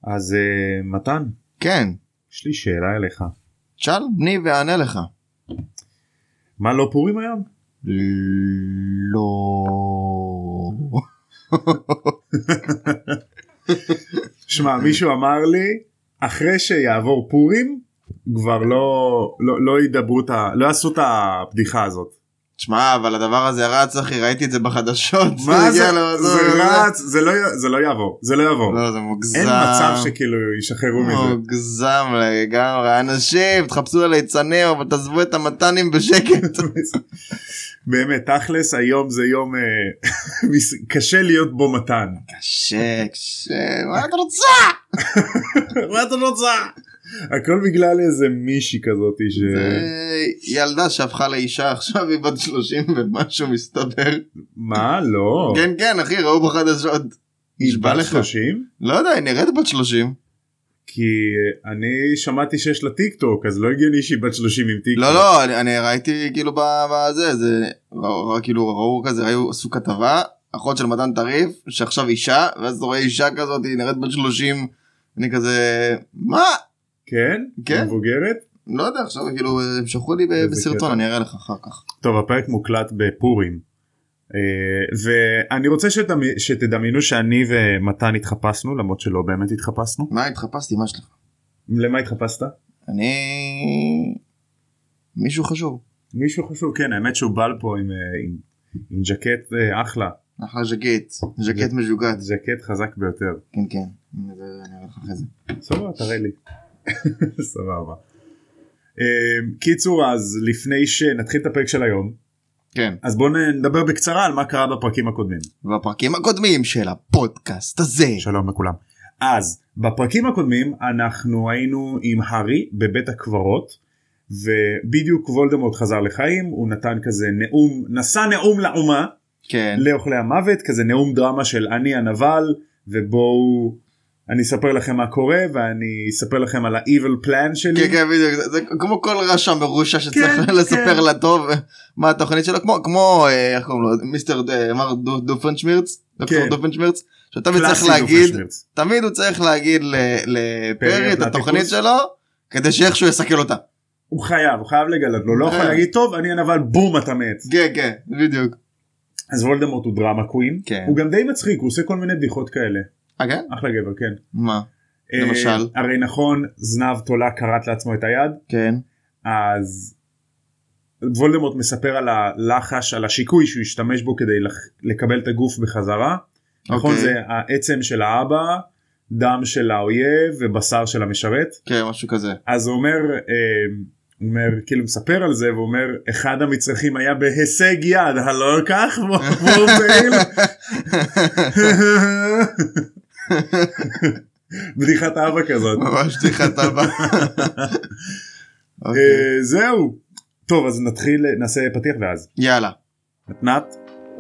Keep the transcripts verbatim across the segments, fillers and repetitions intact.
אז uh, מתן, כן. יש לי שאלה אליך. שאל, בני ואענה לך. מה, לא פורים היום? לא. שמע, מישהו אמר לי, אחרי שיעבור פורים, כבר לא, לא, לא ידברו את ה... לא יעשו את הפדיחה הזאת. תשמע, אבל הדבר הזה רץ, אחי, ראיתי את זה בחדשות. מה זה? זה רץ, זה לא, זה לא יעבור, זה לא יעבור. לא, זה מוגזם. אין מצב שכאילו ישחררו מזה. מוגזם לגמרי. אנשים, תחפשו על ליצנים, אבל תעזבו את המתנים בשקט. באמת, תכלס, היום זה יום קשה להיות בו מתן. קשה, קשה. מה אתה רוצה? מה אתה רוצה? הכל בגלל איזה מישהי כזאת ש... ילדה שהפכה לאישה, עכשיו היא בת שלושים ומשהו מסתבר. מה? לא. כן כן אחי, ראו בחדשות. היא בת שלושים? לא יודע, היא נראית בת שלושים. כי אני שמעתי שיש לה טיק טוק, אז לא הגיוני שהיא בת שלושים עם טיק טוק. לא לא, אני ראיתי כאילו בזה, זה כאילו ראו כזה, היו עשו כתבה, אחות של מתן טריף, שעכשיו אישה, ואז רואה אישה כזאת, היא נראית בת שלושים, אני כזה, מה? כן? כן? מבוגרת? לא יודע, עכשיו כאילו הם שלחו לי בסרטון, אני אראה לך אחר כך. טוב, הפרק מוקלט בפורים, ואני רוצה שתדמיינו שאני ומתן התחפשנו, למרות שלא באמת התחפשנו. מה התחפשתי? מה שלך? למה התחפשת? אני... מישהו חשוב. מישהו חשוב, כן, האמת שהוא בא פה עם, עם, עם ג'קט אחלה. אחלה ז'קט, ז'קט מז'וגת. ז'קט חזק ביותר. כן, כן, אני אראה לך אחרי זה. סבבה, תראה לי. סבבה. קיצור, אז לפני שנתחיל את הפרק של היום, כן. אז בואו נדבר בקצרה על מה קרה בפרקים הקודמים. בפרקים הקודמים של הפודקאסט הזה. שלום לכולם. אז בפרקים הקודמים אנחנו היינו עם הארי בבית הקברות, ובדיוק וולדמורט חזר לחיים, הוא נתן כזה נאום, נשא נאום לאומה, כן. לאוכלי המוות, כזה נאום דרמה של אני הנבל, ובואו אני אספר לכם מה קורה, ואני אספר לכם על ה-evil plan שלי. כן, כן, בדיוק, זה כמו כל רשע מרושע שצריך לספר לטוב מה התוכנית שלו, כמו, איך קוראים לו, מיסטר מר דופנשמירץ, דוקטור דופנשמירץ, שתמיד צריך להגיד, תמיד הוא צריך להגיד לפרי את התוכנית שלו, כדי שאיכשהו יסכל אותה. הוא חייב, הוא חייב לגלות, לא לא יכול להגיד טוב, אני הנבל, בום, אתה מת. כן, כן, בדיוק. אז וולדמורט הוא דרמה קווין, הוא גם די מצחיק, הוא עושה כל מיני בדיחות כאלה. אה כן? אחלה גבר, כן. מה? למשל? הרי נכון, זנב תולה קראת לעצמו את היד. כן. אז וולדמורט מספר על הלחש, על השיקוי שהוא השתמש בו כדי לקבל את הגוף בחזרה. נכון, זה העצם של האבא, דם של האויב ובשר של המשרת. כן, משהו כזה. אז הוא אומר, הוא אומר, כאילו מספר על זה, והוא אומר, אחד המצרכים היה בהישג יד, הלא כך? בדיחת אבא כזאת. ממש בדיחת אבא. זהו. טוב, אז נתחיל, נעשה פתיח ואז. יאללה. מתנת.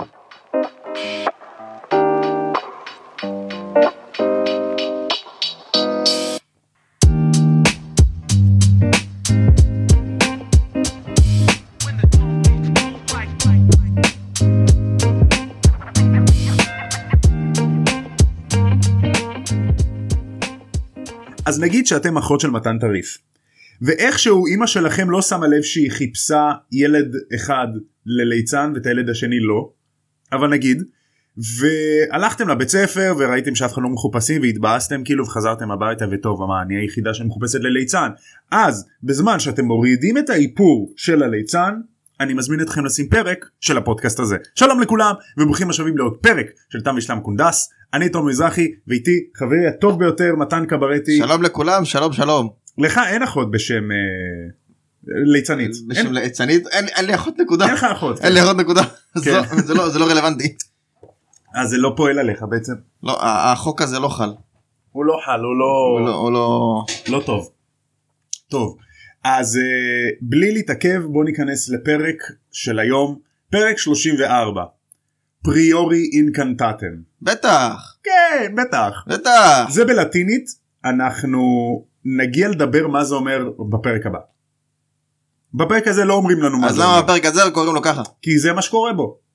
אז נגיד שאתם אחות של מתן טריף, ואיכשהו אמא שלכם לא שמה לב שהיא חיפשה ילד אחד לליצן ואת הילד השני לא, אבל נגיד, והלכתם לבית ספר וראיתם שאף אחד לא מחופשים והתבאסתם כאילו וחזרתם הביתה וטוב, מה, אני היחידה שמחופשת לליצן. אז בזמן שאתם מורידים את האיפור של הליצן, אני מזמין אתכם לשים פרק של הפודקאסט הזה. שלום לכולם וברוכים השבים לעוד פרק של תם ושלם קונדס. אני תום מזרחי ואיתי חברי הטוב ביותר מתן קברטי. שלום לכולם, שלום שלום. לך אין אחות בשם אה, ליצנית. בשם אין... ליצנית? אין, אין לי אחות נקודה. אין לך אחות. אין לי אחות נקודה. כן. זה, זה, לא, זה לא רלוונטי. אז זה לא פועל עליך בעצם. לא, החוק הזה לא חל. הוא לא חל, הוא לא... הוא לא... הוא לא... לא טוב. טוב. אז uh, בלי להתעכב בוא ניכנס לפרק של היום, פרק שלושים וארבע, פריורי אינקנטטם. בטח. כן, בטח. בטח. זה בלטינית, אנחנו נגיע לדבר מה זה אומר בפרק הבא. בפרק הזה לא אומרים לנו מה זה אומר. אז למה בפרק הזה קוראים לו ככה? כי זה מה שקורה בו.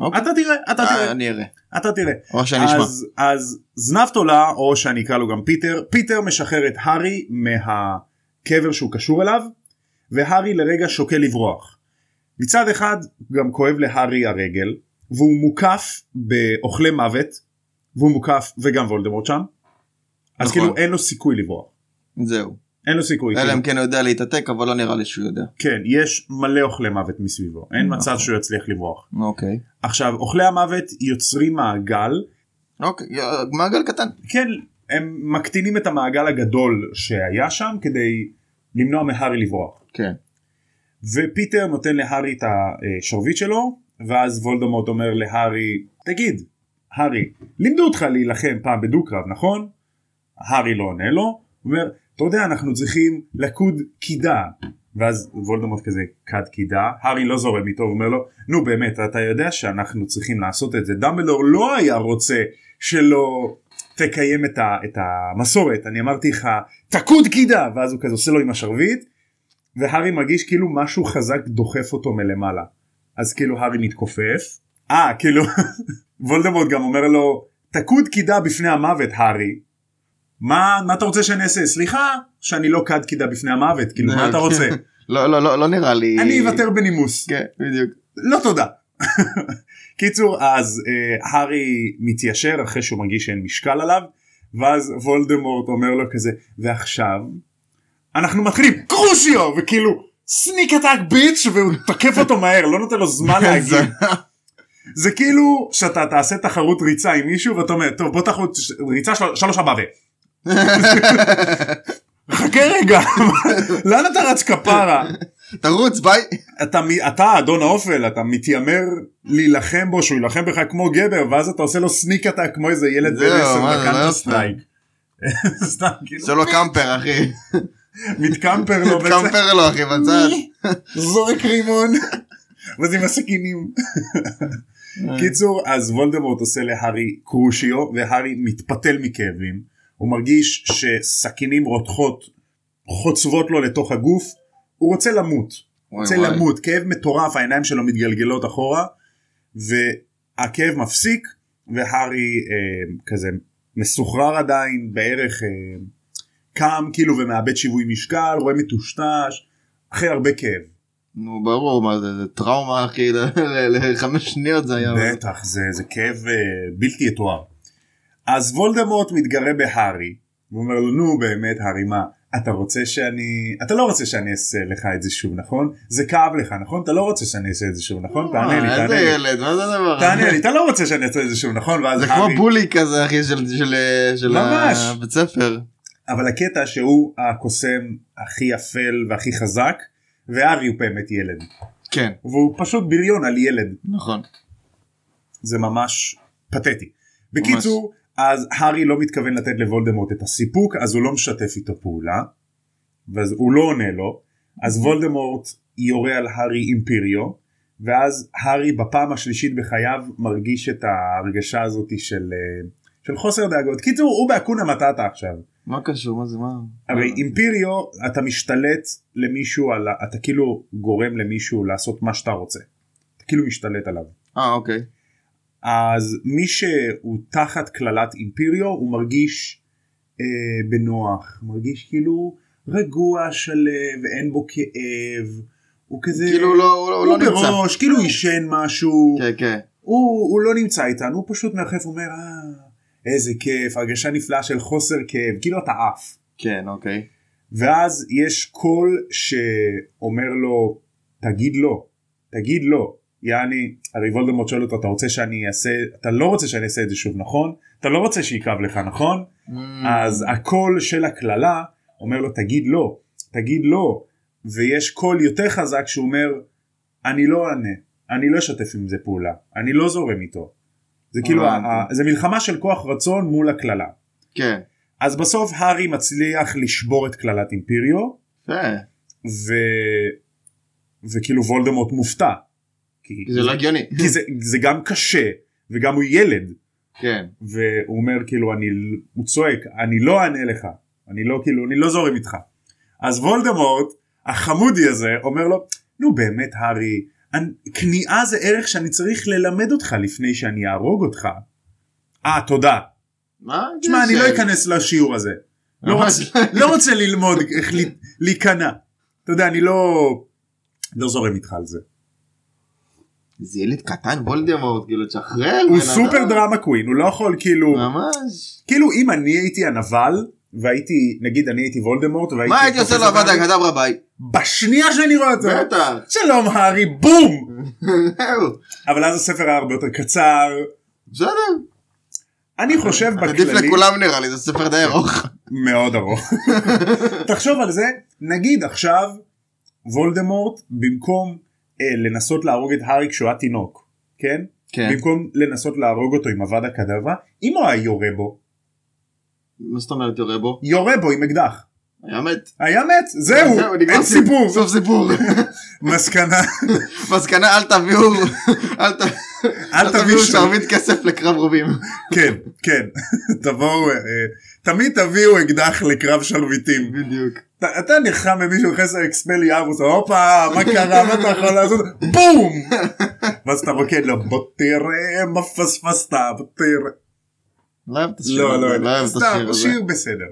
אתה תראה, אתה תראה. אני אראה. אתה תראה. או שאני אשמע. אז, אז זנבתולה, או שאני אקרא לו גם פיטר, פיטר משחרר את הארי מהקבר שהוא קשור אליו, והארי לרגע שוקל לברוח. מצד אחד גם כואב להארי הרגל, והוא מוקף באוכלי מוות, והוא מוקף וגם וולדמורט שם, אז נכון. כאילו אין לו סיכוי לברוח. זהו. אין לו סיכוי. אלא אם כן הוא יודע להתעתק, אבל לא נראה לי שהוא יודע. כן, יש מלא אוכלי מוות מסביבו, אין נכון. מצב שהוא יצליח לברוח. אוקיי. עכשיו, אוכלי המוות יוצרים מעגל. אוקיי, מעגל קטן. כן, הם מקטינים את המעגל הגדול שהיה שם, כדי למנוע מהארי לברוח. כן. ופיטר נותן להארי את השרביט שלו, ואז וולדמורט אומר להארי, תגיד, הארי, לימדו אותך להילחם פעם בדו-קרב, נכון? הארי לא עונה לו, הוא אומר, אתה יודע, אנחנו צריכים לקוד קידה. ואז וולדמורט כזה, קד קידה, הארי לא זורם איתו, הוא אומר לו, נו באמת, אתה יודע שאנחנו צריכים לעשות את זה, דמבלדור לא היה רוצה שלא תקיים את, ה, את המסורת, אני אמרתי לך, תקוד קידה, ואז הוא כזה עושה לו עם השרביט, והארי מרגיש כאילו משהו חזק דוחף אותו מלמעלה. אז כאילו הארי מתכופף, אה, כאילו, וולדמורט גם אומר לו, תקוד קידה בפני המוות, הארי. מה, מה אתה רוצה שאני אעשה? סליחה, שאני לא קד קידה בפני המוות, כאילו, מה אתה רוצה? לא, לא, לא, לא נראה לי. אני אוותר בנימוס. כן, בדיוק. לא תודה. קיצור, אז אה, הארי מתיישר אחרי שהוא מרגיש שאין משקל עליו, ואז וולדמורט אומר לו כזה, ועכשיו, אנחנו מתחילים, קרושיו, וכאילו, סניק אטאק ביץ' והוא תקף אותו מהר, לא נותן לו זמן להגיע. זה כאילו שאתה תעשה תחרות ריצה עם מישהו ואתה אומר, טוב בוא תחרות ריצה שלוש הבא ו... חכה רגע, לאן אתה רץ כפרה? תרוץ ביי. אתה, אתה אדון האופל, אתה מתיימר להילחם בו, שהוא ילחם בך כמו גבר, ואז אתה עושה לו סניק אטאק כמו איזה ילד בן עשר בקאנטר סטרייק. זה לא קמפר אחי. מתקמפר לו. מתקמפר לו אחי בצד. זורק רימון. ואז עם הסכינים. קיצור, אז וולדמורט עושה להארי קרושיו, והארי מתפתל מכאבים. הוא מרגיש שסכינים רותחות חוצבות לו לתוך הגוף. הוא רוצה למות. הוא רוצה למות. כאב מטורף, העיניים שלו מתגלגלות אחורה, והכאב מפסיק, והארי אה, כזה מסוחרר עדיין, בערך אה, קם כאילו ומאבד שיווי משקל, רואה מטושטש, אחרי הרבה כאב. נו ברור, מה זה, זה טראומה אחי, לחמש שניות זה היה. בטח, זה, זה כאב uh, בלתי יתואר. אז וולדמורט מתגרה בהארי, הוא אומר לו, נו באמת הארי, מה, אתה רוצה שאני, אתה לא רוצה שאני אעשה לך את זה שוב, נכון? זה כאב לך, נכון? אתה לא רוצה שאני אעשה את זה שוב, נכון? תענה לי, תענה לי. איזה ילד, מה זה הדבר? תענה לי, אתה לא רוצה שאני אעשה את זה שוב, נכון? זה כמו בולי כזה אחי של הבית ספר. אבל הקטע שהוא הקוסם הכי אפל והכי חזק, והארי הוא באמת ילד. כן. והוא פשוט בריון על ילד. נכון. זה ממש פתטי. בקיצור, אז הארי לא מתכוון לתת לוולדמורט את הסיפוק, אז הוא לא משתף איתו פעולה, ואז הוא לא עונה לו, אז וולדמורט יורה על הארי אימפיריו, ואז הארי בפעם השלישית בחייו מרגיש את ההרגשה הזאת של, של חוסר דאגות. קיצור, הוא באקונה מטאטה עכשיו. מה קשור? מה זה מה? הרי אימפיריו, אתה משתלט למישהו, על, אתה כאילו גורם למישהו לעשות מה שאתה רוצה. אתה כאילו משתלט עליו. אה, אוקיי. אז מי שהוא תחת כללת אימפיריו, הוא מרגיש אה, בנוח. מרגיש כאילו רגוע, שלב, אין בו כאב. הוא כזה... כאילו לא, הוא, הוא לא נמצא. הוא בראש, כאילו ישן משהו. כן, כן. הוא, הוא לא נמצא איתנו, הוא פשוט מרחף ואומר, אה... איזה כיף, הרגשה נפלאה של חוסר כאב, כאילו אתה עף. כן, אוקיי. ואז יש קול שאומר לו, תגיד לא, תגיד לא. יעני, הרי וולדמורט שואל אותו, אתה רוצה שאני אעשה, אתה לא רוצה שאני אעשה את זה שוב, נכון? אתה לא רוצה שיקב לך, נכון? Mm. אז הקול של הכללה אומר לו, תגיד לא, תגיד לא. ויש קול יותר חזק שאומר, אני לא אענה, אני לא אשתף עם זה פעולה, אני לא זורם איתו. זה כאילו, זה מלחמה של כוח רצון מול הכללה. כן. אז בסוף הארי מצליח לשבור את כללת אימפיריו. כן. ו... וכאילו וולדמורט מופתע. כי זה לא הגיוני. כי זה, זה גם קשה, וגם הוא ילד. כן. והוא אומר כאילו, אני, הוא צועק, אני לא אענה לך. אני לא כאילו, אני לא זורם איתך. אז וולדמורט, החמודי הזה, אומר לו, נו באמת הארי, כניעה זה ערך שאני צריך ללמד אותך לפני שאני אהרוג אותך. אה, תודה. מה? תשמע, אני לא אכנס לשיעור הזה. לא רוצה ללמוד איך להיכנע. אתה יודע, אני לא לא זורם איתך על זה. זה ילד קטן, וולדמורט, כאילו תשחרר. הוא סופר דרמה קווין, הוא לא יכול כאילו... ממש. כאילו אם אני הייתי הנבל, והייתי, נגיד אני הייתי וולדמורט, מה הייתי עושה לו עבודה קדברה ביי? בשנייה שאני רואה אותו. בטח. שלום הארי, בום! אבל אז הספר היה הרבה יותר קצר. בסדר. אני חושב בכללי... עדיף לכולם נראה לי, זה ספר די ארוך. מאוד ארוך. תחשוב על זה, נגיד עכשיו וולדמורט במקום אה, לנסות להרוג את הארי כשהוא היה תינוק, כן? כן. במקום לנסות להרוג אותו עם עבד הקדברה, אם הוא היה יורה בו. מה זאת אומרת יורה בו? יורה בו עם אקדח. היה מת. היה מת, זהו, אין סיפור. סוף סיפור. מסקנה. מסקנה, אל תביאו, אל תביאו שרביט כסף לקרב רובים. כן, כן. תבואו, תמיד תביאו אקדח לקרב שרביטים. בדיוק. אתה נלחם במישהו חסר אקספלי אבוס, הופה, מה קרה, מה אתה יכול לעשות? בום! ואז אתה רוקד לו, בוא תראה מה פספסת, בוא תראה. לא אוהב את השיר הזה. לא, לא, סתם, שיר בסדר.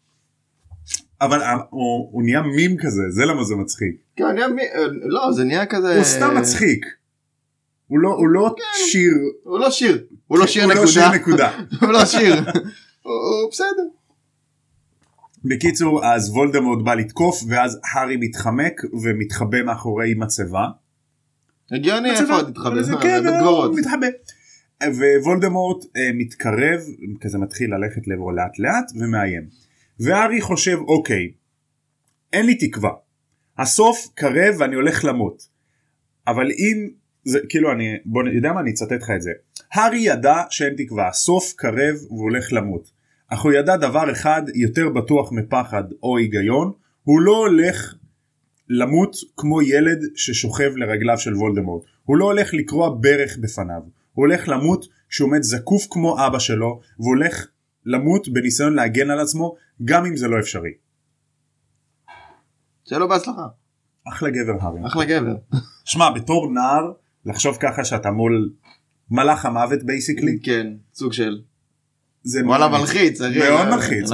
אבל הוא, הוא נהיה מים כזה, זה למה זה מצחיק. כן, נהיה מי... לא, זה נהיה כזה... הוא סתם מצחיק. הוא לא, הוא לא שיר... הוא לא שיר. הוא לא שיר הוא נקודה. לא שיר נקודה. הוא לא שיר. הוא בסדר. בקיצור, אז וולדמורט בא לתקוף, ואז הארי מתחמק ומתחבא מאחורי מצבה. הגיוני, איפה עוד התחבא? כן, הוא מתחבא. ווולדמורט מתקרב, כזה מתחיל ללכת לעברו לאט לאט ומאיים. והארי חושב, אוקיי, אין לי תקווה. הסוף קרב ואני הולך למות. אבל אם, זה, כאילו אני, בוא יודע מה, אני אצטט לך את זה. הארי ידע שאין תקווה, הסוף קרב והוא הולך למות. אך הוא ידע דבר אחד יותר בטוח מפחד או היגיון, הוא לא הולך למות כמו ילד ששוכב לרגליו של וולדמורט. הוא לא הולך לקרוע ברך בפניו. הוא הולך למות כשהוא עומד זקוף כמו אבא שלו, והוא הולך למות בניסיון להגן על עצמו, גם אם זה לא אפשרי. שלא בהצלחה. אחלה גבר הארי. אחלה גבר. שמע, בתור נער, לחשוב ככה שאתה מול מלאך המוות בייסיקלי. כן, סוג של. וואלה מלחיץ. מאוד מלחיץ.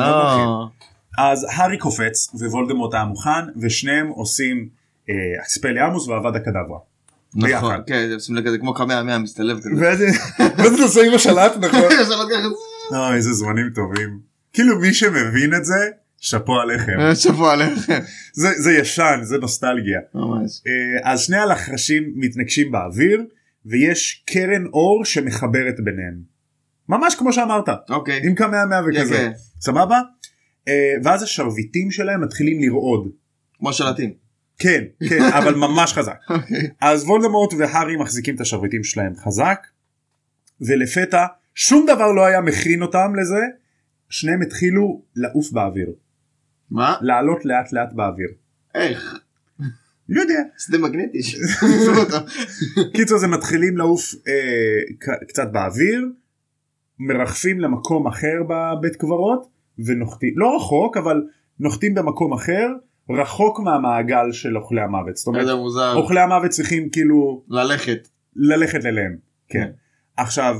אז הארי קופץ, ווולדמורט היה מוכן, ושניהם עושים אקספלי ארמוס ועבד הקדברה. נכון, כן, זה עושים לכזה כמו קמע המאה מסתלב כזה. ואז אתה עושה עם השלט, נכון? אוי, איזה זמנים טובים. כאילו מי שמבין את זה, שפו עליכם. שפו עליכם. זה ישן, זה נוסטלגיה. ממש. אז שני הלחשים מתנגשים באוויר, ויש קרן אור שמחברת ביניהם. ממש כמו שאמרת. אוקיי. עם קמע המאה וכזה. סבבה? ואז השרביטים שלהם מתחילים לרעוד. כמו שלטים. כן, כן, אבל ממש חזק. אז וולדמורט והארי מחזיקים את השרביטים שלהם חזק, ולפתע שום דבר לא היה מכין אותם לזה, שניהם התחילו לעוף באוויר. מה? לעלות לאט לאט באוויר. איך? לא יודע. שדה מגנטי. קיצור, זה מתחילים לעוף קצת באוויר, מרחפים למקום אחר בבית קברות, ונוחתים, לא רחוק, אבל נוחתים במקום אחר, רחוק מהמעגל של אוכלי המוות. זאת אומרת, אוכלי המוות צריכים כאילו... ללכת. ללכת אליהם. כן. עכשיו,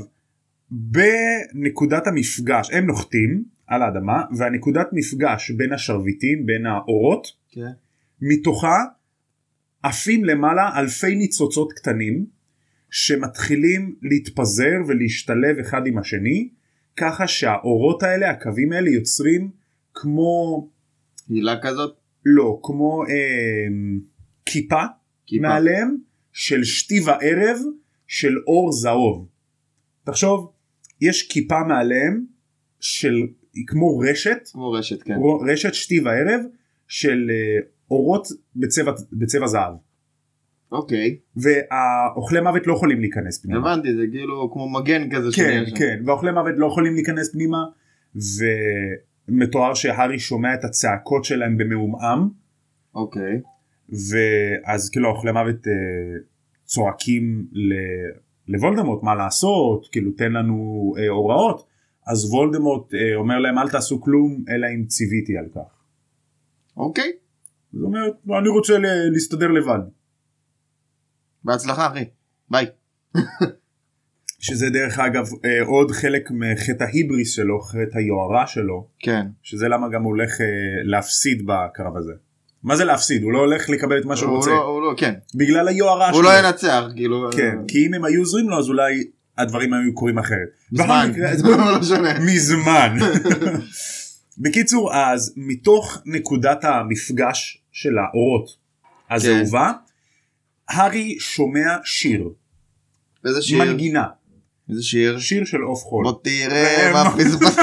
בנקודת המפגש, הם נוחתים על האדמה, והנקודת מפגש בין השרביטים, בין האורות, כן. מתוכה עפים למעלה אלפי ניצוצות קטנים, שמתחילים להתפזר ולהשתלב אחד עם השני, ככה שהאורות האלה, הקווים האלה, יוצרים כמו... הילה כזאת? לא, כמו אה, כיפה, כיפה מעליהם של שתי וערב של אור זהוב. תחשוב, יש כיפה מעליהם של כמו רשת, כמו רשת, כן. רשת שתי וערב של אה, אורות בצבע, בצבע זהב. אוקיי. והאוכלי מוות לא יכולים להיכנס פנימה. הבנתי, זה כאילו כמו מגן כזה. כן, כן, והאוכלי מוות לא יכולים להיכנס פנימה, ו... מתואר שהארי שומע את הצעקות שלהם במעומעם. אוקיי. ואז כאילו אוכלי מוות אה, צועקים לוולדמורט מה לעשות, כאילו תן לנו אה, הוראות. אז וולדמורט אה, אומר להם אל תעשו כלום אלא אם ציוויתי על כך. אוקיי. זאת אומרת, אני רוצה להסתדר לבד. בהצלחה אחי, ביי. שזה דרך אגב עוד חלק מחטא ההיבריס שלו, חטא היוהרה שלו, כן. שזה למה גם הוא הולך להפסיד בקרב הזה. מה זה להפסיד? הוא לא הולך לקבל את מה שהוא רוצה. הוא לא, הוא לא, כן. בגלל היוהרה שלו. הוא לא ינצח, כאילו. כן, כי אם הם היו עוזרים לו אז אולי הדברים היו קורים אחרת. מזמן. מזמן. בקיצור, אז מתוך נקודת המפגש של האורות הזהובה, הארי שומע שיר. איזה שיר? מנגינה. איזה שיר? שיר של עוף חול. בוא תראה מה פספס.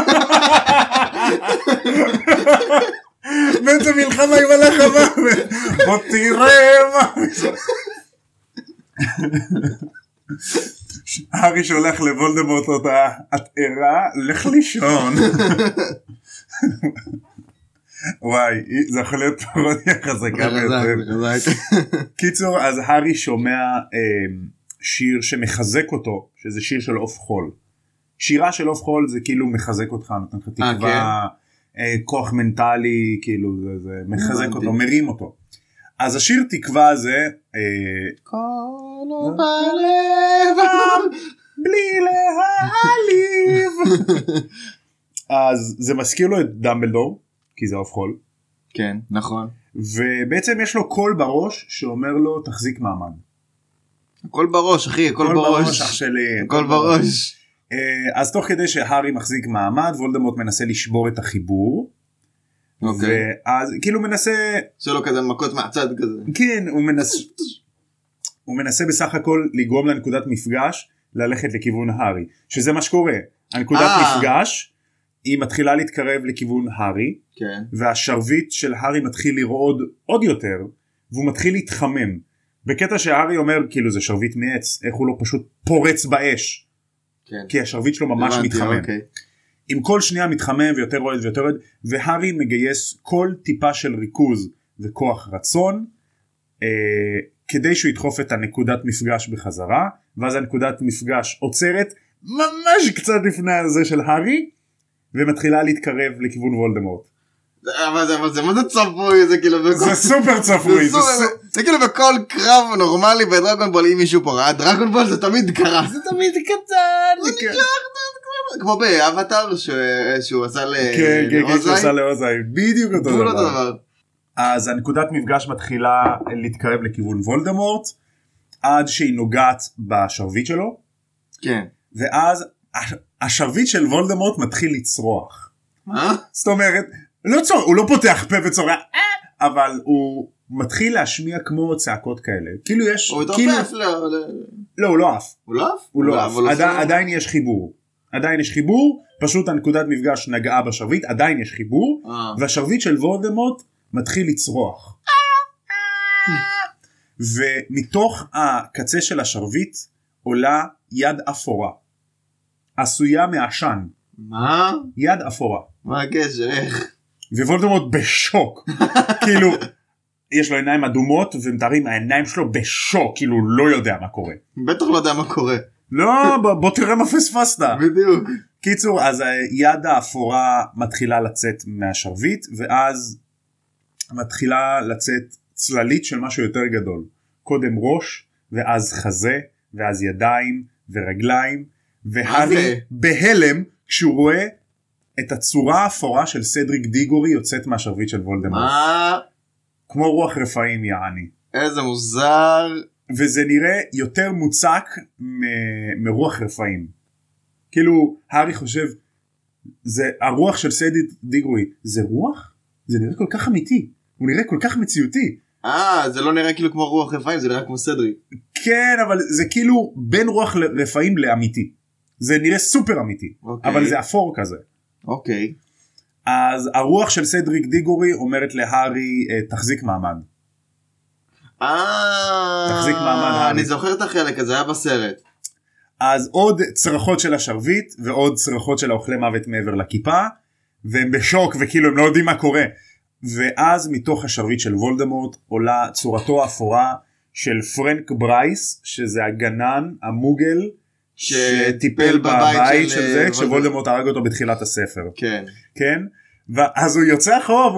באמצע מלחמה עם הלך המוות. בוא תראה מה. הארי שהולך לוולדמורט אותה, את ערה, לך לישון. וואי, זה יכול להיות פרודיה חזקה ביותר. קיצור, אז הארי שומע שיר שמחזק אותו, שזה שיר של עוף חול. שירה של עוף חול זה כאילו מחזק אותך, נותן לך תקווה, כוח מנטלי, כאילו זה מחזק אותו, מרים אותו. אז השיר תקווה הזה, כל בלב בלי להעליב. אז זה מזכיר לו את דמבלדור, כי זה עוף חול. כן, נכון. ובעצם יש לו קול בראש שאומר לו תחזיק מעמד. הכל בראש אחי, הכל קול בראש. בראש אח שלי. הכל בראש. אז תוך כדי שהארי מחזיק מעמד, וולדמורט מנסה לשבור את החיבור. אוקיי. ואז כאילו מנסה... שלו כזה מכות מהצד כזה. כן, הוא מנסה... הוא מנסה בסך הכל לגרום לנקודת מפגש ללכת לכיוון הארי. שזה מה שקורה. הנקודת מפגש היא מתחילה להתקרב לכיוון הארי. כן. והשרביט של הארי מתחיל לרעוד עוד יותר. והוא מתחיל להתחמם. בקטע שהארי אומר כאילו זה שרביט מעץ. איך הוא לא פשוט פורץ באש. כן. כי השרביט שלו ממש הבנתי, מתחמם. אוקיי. עם כל שנייה מתחמם ויותר רועד ויותר רועד, והארי מגייס כל טיפה של ריכוז וכוח רצון, אה, כדי שהוא ידחוף את הנקודת מפגש בחזרה, ואז הנקודת מפגש עוצרת ממש קצת לפני הזה של הארי, ומתחילה להתקרב לכיוון וולדמורט. אבל זה, אבל זה, מה זה צפוי? זה כאילו בכל... זה סופר צפוי. זה, זה, זה, זה כאילו בכל קרב נורמלי בדרגון בול, אם מישהו פה ראה, דרגון בול זה תמיד קרה. זה תמיד קטן. זה נשאר כמו באבטר שהוא עשה לאוזי. כן, כן, שהוא עשה לאוזי. בדיוק אותו דבר. אז הנקודת מפגש מתחילה להתקרב לכיוון וולדמורט, עד שהיא נוגעת בשרביט שלו. כן. ואז השרביט של וולדמורט מתחיל לצרוח. מה? זאת אומרת, לא צור, הוא לא פותח פה וצורח, אבל הוא מתחיל להשמיע כמו צעקות כאלה. כאילו יש... הוא כאילו... מתעופף לא... לא, הוא לא אף. הוא לא אף? הוא לא אף. עדי, עדיין יש חיבור. עדיין יש חיבור, פשוט הנקודת מפגש נגעה בשרביט, עדיין יש חיבור, אה. והשרביט של וולדמורט מתחיל לצרוח. ומתוך הקצה של השרביט עולה יד אפורה. עשויה מעשן. מה? יד אפורה. מה הקשר? איך? ווולדמורט בשוק. כאילו, יש לו עיניים אדומות, ומתארים העיניים שלו בשוק, כאילו לא יודע מה קורה. בטח לא יודע מה קורה. לא, בוא, בוא תראה מה פספסת. בדיוק. קיצור, אז היד האפורה מתחילה לצאת מהשרביט, ואז מתחילה לצאת צללית של משהו יותר גדול. קודם ראש, ואז חזה, ואז ידיים ורגליים, והארי בהלם כשהוא רואה את הצורה האפורה של סדריק דיגורי יוצאת מהשרביט של וולדמורט. מה? כמו רוח רפאים יעני. איזה מוזר. וזה נראה יותר מוצק מ- מרוח רפאים. כאילו הארי חושב, זה הרוח של סדריק דיגורי, זה רוח? זה נראה כל כך אמיתי. הוא נראה כל כך מציאותי. אה, זה לא נראה כאילו כמו רוח רפאים, זה נראה כמו סדריק. כן, אבל זה כאילו בין רוח רפאים לאמיתי. זה נראה סופר אמיתי, אוקיי. אבל זה אפור כזה. אוקיי. אז הרוח של סדריק דיגורי אומרת להארי, תחזיק מעמד. אה, תחזיק מעמד הארי. אני זוכר את החלק הזה, היה בסרט. אז עוד צרחות של השרביט, ועוד צרחות של האוכלי מוות מעבר לכיפה, והם בשוק וכאילו הם לא יודעים מה קורה. ואז מתוך השרביט של וולדמורט עולה צורתו האפורה של פרנק ברייס, שזה הגנן המוגל, שטיפל בבית של זה, כשוולדמורט הרג אותו בתחילת הספר. כן. כן? ואז הוא יוצא אחורה ואומר,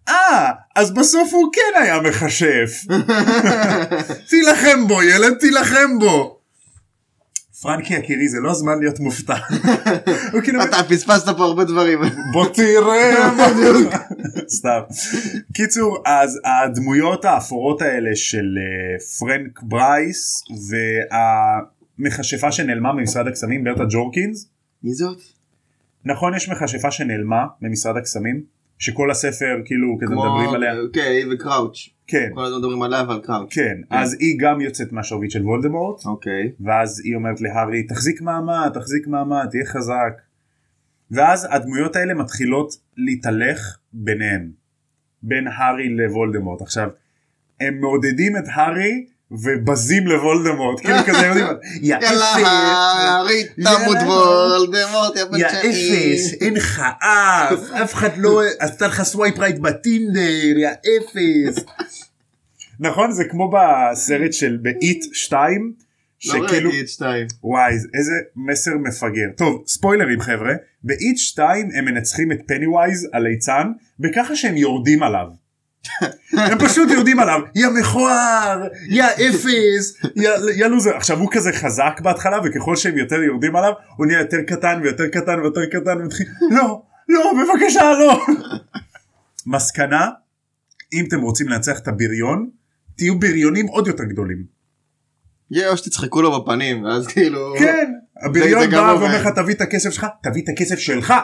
אה, אז בסוף הוא כן היה מכשף. תילחם בו, ילד, תילחם בו. פרנקי יקירי, זה לא הזמן להיות מופתע. אתה פספסת פה הרבה דברים. בוא תראה. סתם. קיצור, אז הדמויות האפורות האלה של פרנק ברייס והמכשפה שנעלמה ממשרד הקסמים, ברטה ג'ורקינס. מי זאת? נכון, יש מכשפה שנעלמה ממשרד הקסמים, שכל הספר כאילו כזה מדברים עליה. אוקיי, וקראוץ'. כן. כל הזמן מדברים עליה ועל קראוץ'. כן, אז היא גם יוצאת מהשרביט של וולדמורט. אוקיי. ואז היא אומרת להארי, תחזיק מעמד, תחזיק מעמד, תהיה חזק. ואז הדמויות האלה מתחילות להתהלך ביניהם. בין הארי לוולדמורט. עכשיו, הם מעודדים את הארי ובזים לוולדמורט. כאילו כזה יודעים, יא אפס. יאללה, הארי תמות וולדמורט, יא יא אפס, אין לך אף, אף אחד לא עשתה לך סווייפ רייט בטינדר, יא אפס. נכון, זה כמו בסרט של באיט שתיים. לא ראיתי איט שתיים. וואי, איזה מסר מפגר. טוב, ספוילרים חבר'ה, באיט שתיים הם מנצחים את פניווייז הליצן, בככה שהם יורדים עליו. הם פשוט יורדים עליו, יא מכוער, יא אפס, יא לוזר. עכשיו הוא כזה חזק בהתחלה, וככל שהם יותר יורדים עליו, הוא נהיה יותר קטן ויותר קטן ויותר קטן, ומתחיל, לא, לא, בבקשה, לא. מסקנה, אם אתם רוצים לנצח את הבריון, תהיו בריונים עוד יותר גדולים. יאו שתצחקו לו בפנים, ואז כאילו... כן, הבריון בא ואומר לך תביא את הכסף שלך, תביא את הכסף שלך.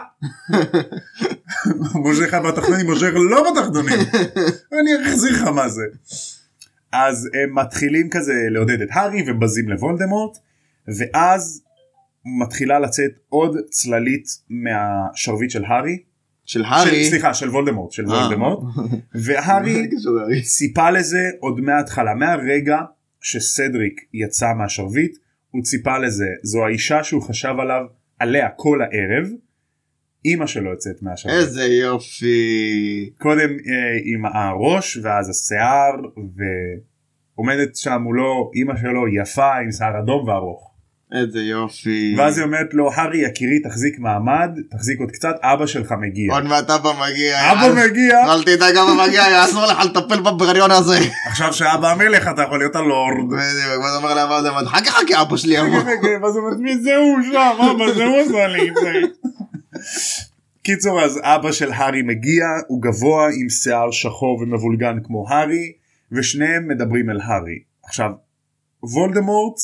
מוז'ר לך בתחתונים, מוז'ר לא בתחתונים. אני אחזיר לך מה זה. אז הם מתחילים כזה לעודד את הארי ובזים לוולדמורט, ואז מתחילה לצאת עוד צללית מהשרביט של הארי. של הארי? סליחה, של וולדמורט, של וולדמורט. והארי ציפה לזה עוד מההתחלה, מהרגע שסדריק יצא מהשרביט, הוא ציפה לזה. זו האישה שהוא חשב עליו, עליה כל הערב, אמא שלו יוצאת מהשרביט. איזה יופי. קודם אה, עם הראש ואז השיער, ועומדת שם מולו אמא שלו יפה עם שיער אדום וארוך. איזה יופי. ואז היא אומרת לו, הארי יקירי תחזיק מעמד, תחזיק עוד קצת, אבא שלך מגיע. עוד מעט אבא מגיע. אבא מגיע. אל תדאג אבא מגיע, יעזור לך לטפל בבריון הזה. עכשיו שאבא המלך אתה יכול להיות הלורד. בדיוק, ואז אומר לאבא, חכה חכה אבא שלי אבא. ואז הוא אומר, מי זה הוא שם, אבא זה הוא עשה לי את זה. קיצור, אז אבא של הארי מגיע, הוא גבוה עם שיער שחור ומבולגן כמו הארי, ושניהם מדברים אל הארי. עכשיו, וולדמורט,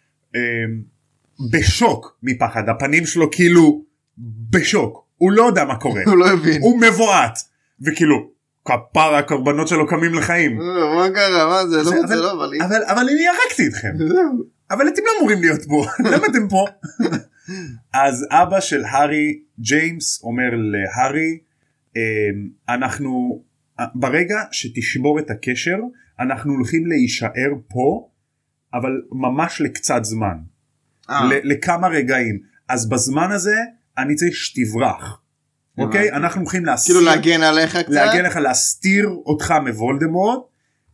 בשוק מפחד, הפנים שלו כאילו בשוק, הוא לא יודע מה קורה, הוא לא הבין, הוא מבועת, וכאילו כפר הקורבנות שלו קמים לחיים. מה קרה, מה זה, לא רוצה, לא, אבל אבל אני ירקתי אתכם, אבל אתם לא אמורים להיות פה, למה אתם פה? אז אבא של הארי, ג'יימס, אומר להארי, אנחנו ברגע שתשבור את הקשר, אנחנו הולכים להישאר פה, אבל ממש לקצת זמן. לכמה רגעים. אז בזמן הזה אני צריך שתברח. אוקיי? אנחנו הולכים להסתיר. כאילו להגן עליך קצת? להגן לך, להסתיר אותך מוולדמורט,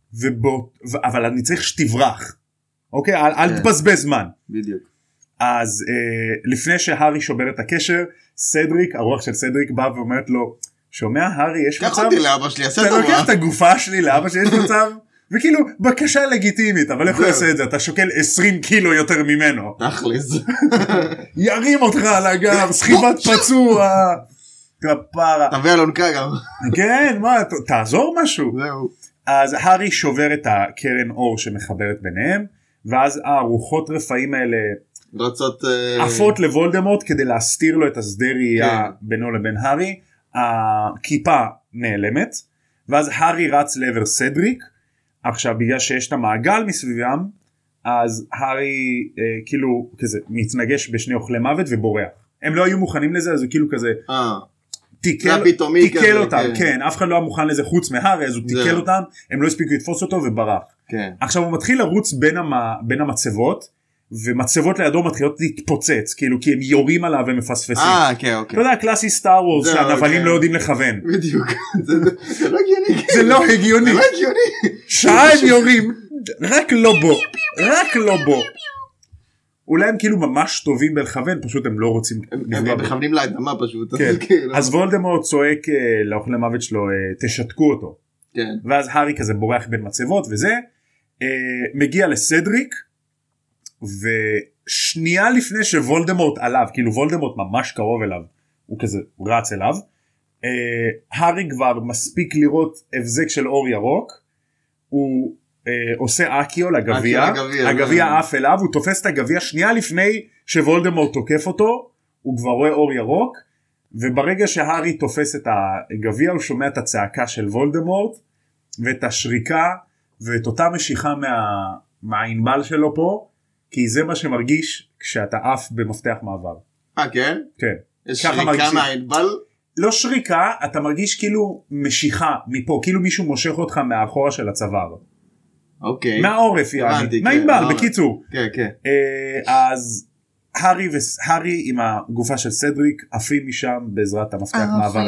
אבל אני צריך שתברח. אוקיי? אל תבזבז זמן. בדיוק. אז לפני שהארי שובר את הקשר, סדריק, הרוח של סדריק בא ואומרת לו, שומע הארי, יש מצב? קח אותי לאבא שלי, עשה טובה. אתה לוקח את הגופה שלי לאבא שלי, יש מצב? וכאילו בקשה לגיטימית, אבל איך הוא יעשה את זה? אתה שוקל עשרים קילו יותר ממנו. תכלס. ירים אותך על הגב, סחיבת פצוע. כפרה. תביא אלונקה גם. כן, מה, תעזור משהו. זהו. אז הארי שובר את הקרן אור שמחברת ביניהם, ואז הרוחות רפאים האלה רצות עפות לוולדמורט כדי להסתיר לו את השדה ראייה בינו לבין הארי. הכיפה נעלמת, ואז הארי רץ לעבר סדריק. עכשיו בגלל שיש את המעגל מסביבם, אז הארי אה, כאילו כזה מתנגש בשני אוכלי מוות ובורח. הם לא היו מוכנים לזה, אז הוא כאילו כזה אה. תיקל, תיקל אותם, כן. כן, אף אחד לא היה מוכן לזה חוץ מהארי, אז הוא תיקל זה. אותם, הם לא הספיקו לתפוס אותו וברח. כן. עכשיו הוא מתחיל לרוץ בין, המ... בין המצבות, ומצבות לידו מתחילות להתפוצץ, כאילו כי הם יורים עליו ומפספסים. אה, כן, אוקיי. אתה יודע, קלאסי סטאר וורס, שהנבלים אוקיי. לא יודעים לכוון. בדיוק, זה, זה לא הגיוני. זה לא הגיוני. זה לא הגיוני. שעה הם יורים, רק לא בו, רק לא בו. אולי הם כאילו ממש טובים בלכוון, פשוט הם לא רוצים, הם מכוונים לאדמה פשוט. אז וולדמורט צועק לאוכלי מוות שלו, תשתקו אותו, ואז הארי כזה בורח בין מצבות וזה, מגיע לסדריק, ושנייה לפני שוולדמורט עליו, כאילו וולדמורט ממש קרוב אליו, הוא כזה רץ אליו, הארי כבר מספיק לראות הבזק של אור ירוק, הוא עושה אקיו לגביע, הגביע עף אליו, הוא תופס את הגביע שנייה לפני שוולדמורט תוקף אותו, הוא כבר רואה אור ירוק, וברגע שהארי תופס את הגביע הוא שומע את הצעקה של וולדמורט, ואת השריקה, ואת אותה משיכה מה, מהענבל שלו פה, כי זה מה שמרגיש כשאתה עף במפתח מעבר. אה כן? כן. יש שריקה מהענבל? לא שריקה, אתה מרגיש כאילו משיכה מפה, כאילו מישהו מושך אותך מהאחורה של הצוואר. אוקיי. מהעורף יעני, מהענבל, בקיצור. כן, כן. אז הארי והארי עם הגופה של סדריק עפים משם בעזרת המפתח מעבר.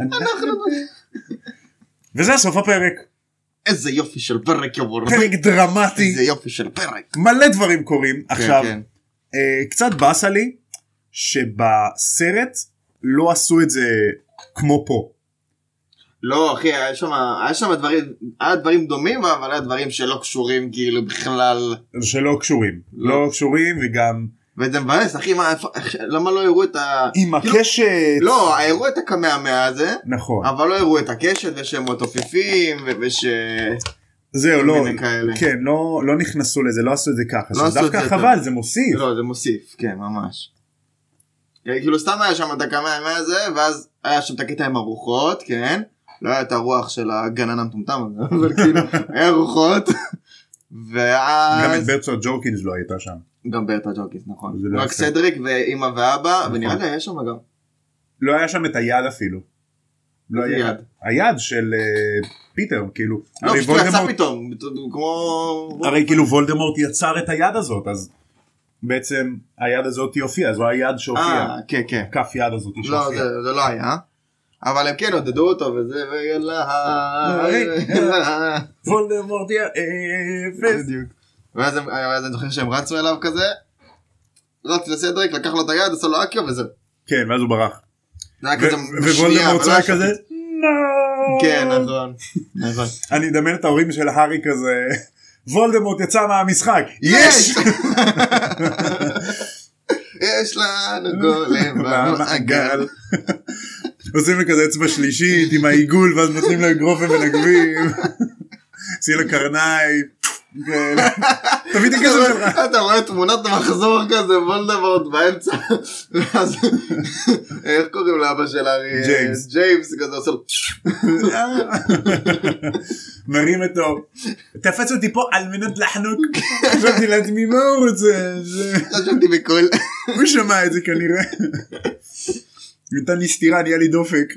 וזה סוף הפרק. איזה יופי של פרק יבור. פרק דרמטי. איזה יופי של פרק. מלא דברים קורים. עכשיו, קצת באסה לי שבסרט לא עשו את זה כמו פה. לא אחי, היה שם, היה שם דברים, היה דברים דומים, אבל היה דברים שלא קשורים כאילו בכלל. שלא קשורים. לא קשורים וגם... וזה מבאס, אחי, מה, למה לא הראו את ה... עם הקשת... לא, הראו את הקמע הזה. נכון. אבל לא הראו את הקשת ושהם מתופפים וש... זהו, לא, כן, לא, לא נכנסו לזה, לא עשו את זה ככה. לא עשו את זה חבל, זה מוסיף. לא, זה מוסיף, כן, ממש. כאילו סתם היה שם את הקמע הזה, ואז היה שם את הקטע עם הרוחות, כן? לא היה את הרוח של הגנן המטומטם הזה, אבל כאילו, היה רוחות. ואז... גם את ברטה ג'ורקינס לא הייתה שם. גם ברטה ג'ורקינס, נכון. רק סדריק ואמא ואבא, ונראה לי היה שם גם. לא היה שם את היד אפילו. לא היה. היד של פיטר, כאילו. לא, פשוט יצא פתאום, כמו... הרי כאילו וולדמורט יצר את היד הזאת, אז בעצם היד הזאת יופיע, זו היד שהופיע. אה, כן, כן. כף יד הזאת שהופיע. לא, זה לא היה. אבל הם כן עודדו אותו וזה ויאללה וולדמורט יא אפס. ואז אני זוכר שהם רצו אליו כזה, רץ לסדריק, לקח לו את היד, עשו לו אקיו וזה. כן, ואז הוא ברח. ווולדמורט צועק כזה כן, נכון. אני מדמיין את ההורים של הארי כזה, וולדמורט יצא מהמשחק, יש! יש לנו גולם במעגל. עושים לכזה אצבע שלישית עם העיגול ואז נותנים לה גרופים ונגבים. עשי לה קרניים. תביא את הכסף שלך. אתה רואה תמונת מחזור כזה וולדמורט באמצע. איך קוראים לאבא של הארי? ג'יימס. ג'יימס כזה עושה לו. מרים אותו. תפץ אותי פה על מנת לחנוק. חשבתי לעצמי מה הוא רוצה. חשבתי בכל. הוא שמע את זה כנראה. נתן לי סתירה, נהיה לי דופק.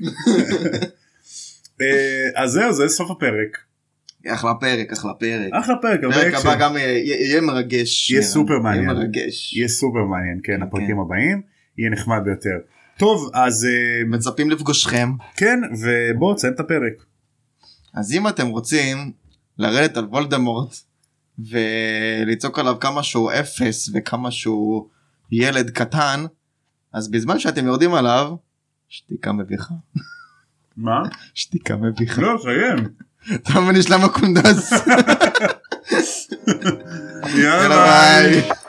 אז זהו, זה סוף הפרק. אחלה פרק, אחלה פרק. אחלה פרק. פרק הבא גם יהיה מרגש. יהיה סופר מעניין. יהיה מרגש. יהיה סופר מעניין, כן, הפרקים הבאים. יהיה נחמד ביותר. טוב, אז... מצפים לפגושכם. כן, ובואו, תסיים את הפרק. אז אם אתם רוצים לרדת על וולדמורט, ולצעוק עליו כמה שהוא אפס, וכמה שהוא ילד קטן, אז בזמן שאתם יורדים עליו, שתיקה מביכה. מה? שתיקה מביכה. לא, סיים. אתה מבין, יש למה קונדס. יאללה ביי.